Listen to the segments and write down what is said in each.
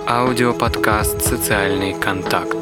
Аудиоподкаст «Социальный контакт».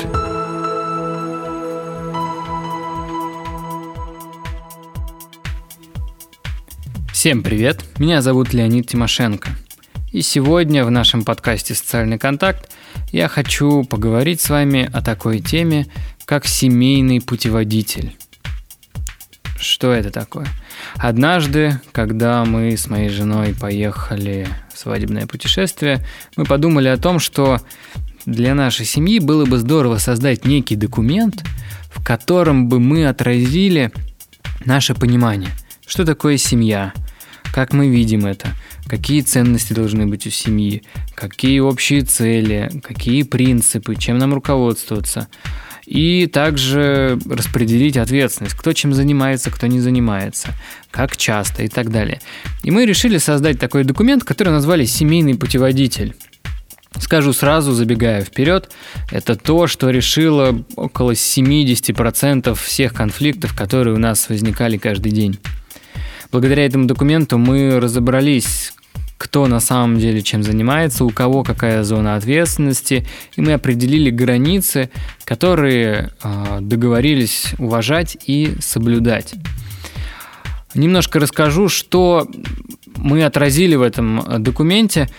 Всем привет, меня зовут Леонид Тимошенко. И сегодня в нашем подкасте «Социальный контакт» я хочу поговорить с вами о такой теме, как семейный путеводитель. Что это такое? Однажды, когда мы с моей женой поехали в свадебное путешествие, мы подумали о том, что для нашей семьи было бы здорово создать некий документ, в котором бы мы отразили наше понимание, что такое семья, как мы видим это, какие ценности должны быть у семьи, какие общие цели, какие принципы, чем нам руководствоваться. И также распределить ответственность, кто чем занимается, кто не занимается, как часто и так далее. И мы решили создать такой документ, который назвали «Семейный путеводитель». Скажу сразу, забегая вперед, это то, что решило около 70% всех конфликтов, которые у нас возникали каждый день. Благодаря этому документу мы разобрались, кто на самом деле чем занимается, у кого какая зона ответственности, и мы определили границы, которые договорились уважать и соблюдать. Немножко расскажу, что мы отразили в этом документе.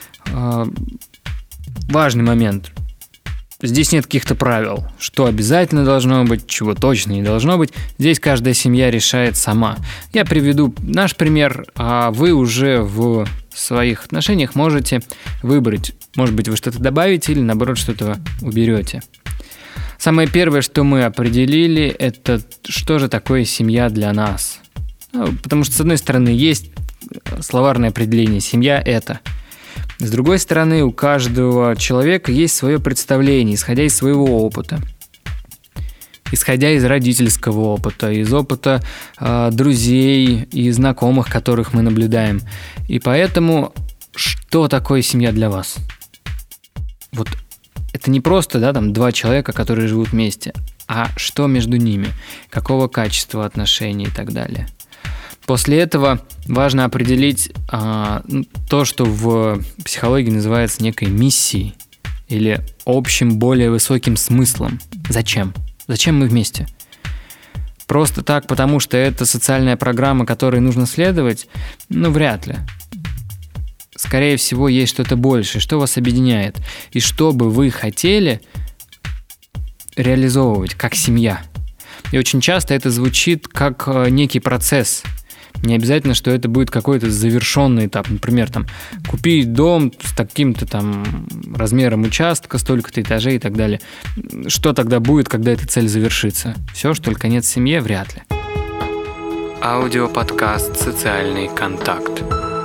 Важный момент. Здесь нет каких-то правил, что обязательно должно быть, чего точно не должно быть. Здесь каждая семья решает сама. Я приведу наш пример, а вы уже в своих отношениях можете выбрать. Может быть, вы что-то добавите или, наоборот, что-то уберете. Самое первое, что мы определили, это что же такое семья для нас. Потому что, с одной стороны, есть словарное определение «семья – это». С другой стороны, у каждого человека есть свое представление, исходя из своего опыта. Исходя из родительского опыта, из опыта друзей и знакомых, которых мы наблюдаем. И поэтому, что такое семья для вас? Вот это не просто, два человека, которые живут вместе, а что между ними, какого качества отношений и так далее. После этого важно определить то, что в психологии называется некой миссией или общим, более высоким смыслом. Зачем? Зачем мы вместе? Просто так, потому что это социальная программа, которой нужно следовать? Вряд ли. Скорее всего, есть что-то большее, что вас объединяет. И что бы вы хотели реализовывать как семья. И очень часто это звучит как некий процесс. Не обязательно, что это будет какой-то завершенный этап. Например, купить дом с таким-то размером участка, столько-то этажей и так далее. Что тогда будет, когда эта цель завершится? Все, что ли, конец семье? Вряд ли. Аудиоподкаст «Социальный контакт».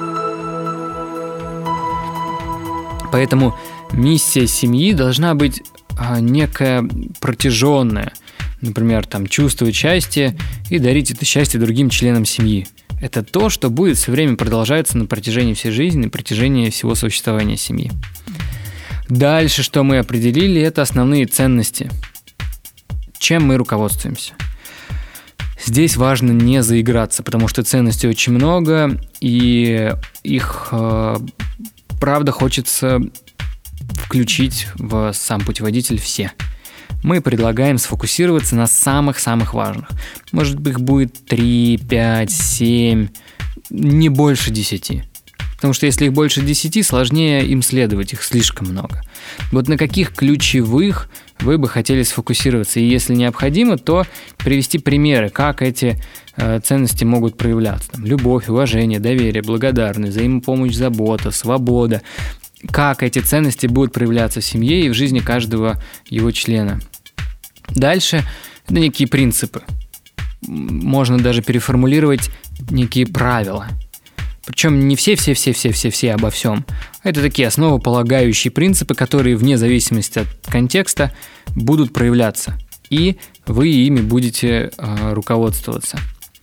Поэтому миссия семьи должна быть некая протяженная. Например, чувствовать счастье и дарить это счастье другим членам семьи. Это то, что будет все время продолжаться на протяжении всей жизни, на протяжении всего существования семьи. Дальше, что мы определили, это основные ценности. Чем мы руководствуемся? Здесь важно не заиграться, потому что ценностей очень много, и их, правда, хочется включить в сам путеводитель все. Мы предлагаем сфокусироваться на самых-самых важных. Может быть, их будет 3, 5, 7, не больше 10. Потому что если их больше 10, сложнее им следовать, их слишком много. Вот на каких ключевых вы бы хотели сфокусироваться? И если необходимо, то привести примеры, как эти ценности могут проявляться. Любовь, уважение, доверие, благодарность, взаимопомощь, забота, свобода. Как эти ценности будут проявляться в семье и в жизни каждого его члена. Дальше это некие принципы. Можно даже переформулировать некие правила. Причем не все обо всем. Это такие основополагающие принципы, которые вне зависимости от контекста будут проявляться. И вы ими будете руководствоваться.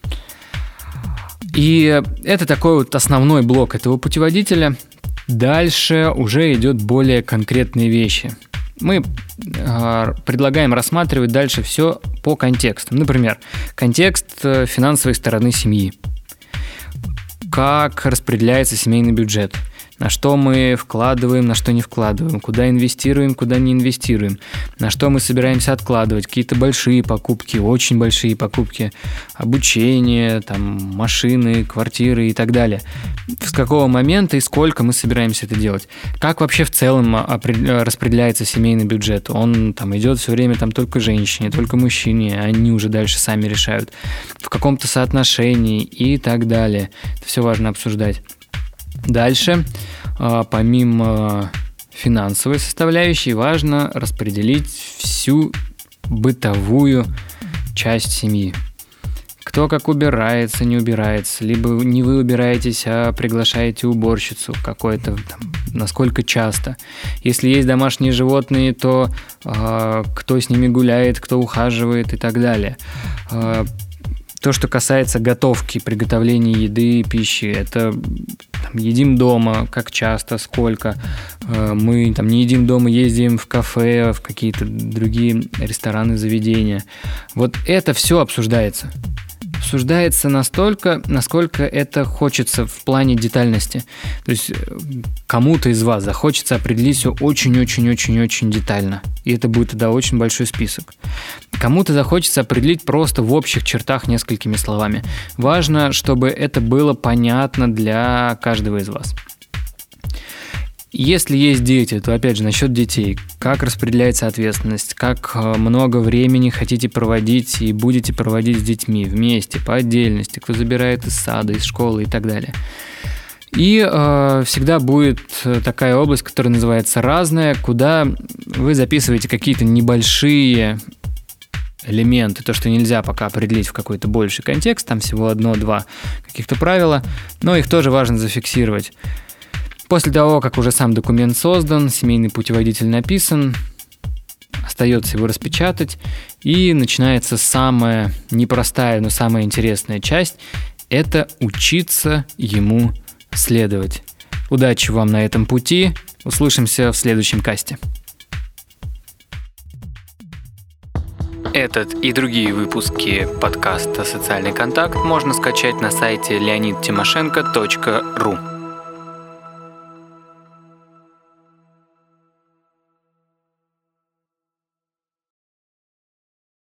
И это такой основной блок этого путеводителя. Дальше уже идет более конкретные вещи. Мы предлагаем рассматривать дальше все по контексту. Например, контекст финансовой стороны семьи. Как распределяется семейный бюджет. на что мы вкладываем, на что не вкладываем, куда инвестируем, куда не инвестируем, на что мы собираемся откладывать, какие-то большие покупки, очень большие покупки, обучение, там, машины, квартиры и так далее. С какого момента и сколько мы собираемся это делать? Как вообще в целом распределяется семейный бюджет? Он там идет все время там только женщине, только мужчине, они уже дальше сами решают. В каком-то соотношении и так далее. Это все важно обсуждать. Дальше, помимо финансовой составляющей, важно распределить всю бытовую часть семьи. Кто как убирается, не убирается, либо не вы убираетесь, а приглашаете уборщицу какой-то, там, насколько часто. Если есть домашние животные, то кто с ними гуляет, кто ухаживает и так далее. То, что касается готовки, приготовления еды и пищи, это там, едим дома, как часто, сколько. Мы там, не едим дома, ездим в кафе, в какие-то другие рестораны, заведения. Вот это все обсуждается. Обсуждается настолько, насколько это хочется в плане детальности. То есть кому-то из вас захочется определить все очень-очень-очень-очень детально. И это будет тогда очень большой список. Кому-то захочется определить просто в общих чертах несколькими словами. Важно, чтобы это было понятно для каждого из вас. Если есть дети, то, опять же, насчет детей. Как распределяется ответственность, как много времени хотите проводить и будете проводить с детьми вместе, по отдельности, кто забирает из сада, из школы и так далее. И всегда будет такая область, которая называется «разная», куда вы записываете какие-то небольшие элементы, то, что нельзя пока определить в какой-то больший контекст, там всего 1-2 каких-то правила, но их тоже важно зафиксировать. После того, как уже сам документ создан, семейный путеводитель написан, остается его распечатать, и начинается самая непростая, но самая интересная часть – это учиться ему следовать. Удачи вам на этом пути, услышимся в следующем касте. Этот и другие выпуски подкаста «Социальный контакт» можно скачать на сайте leonidtимошенко.ru.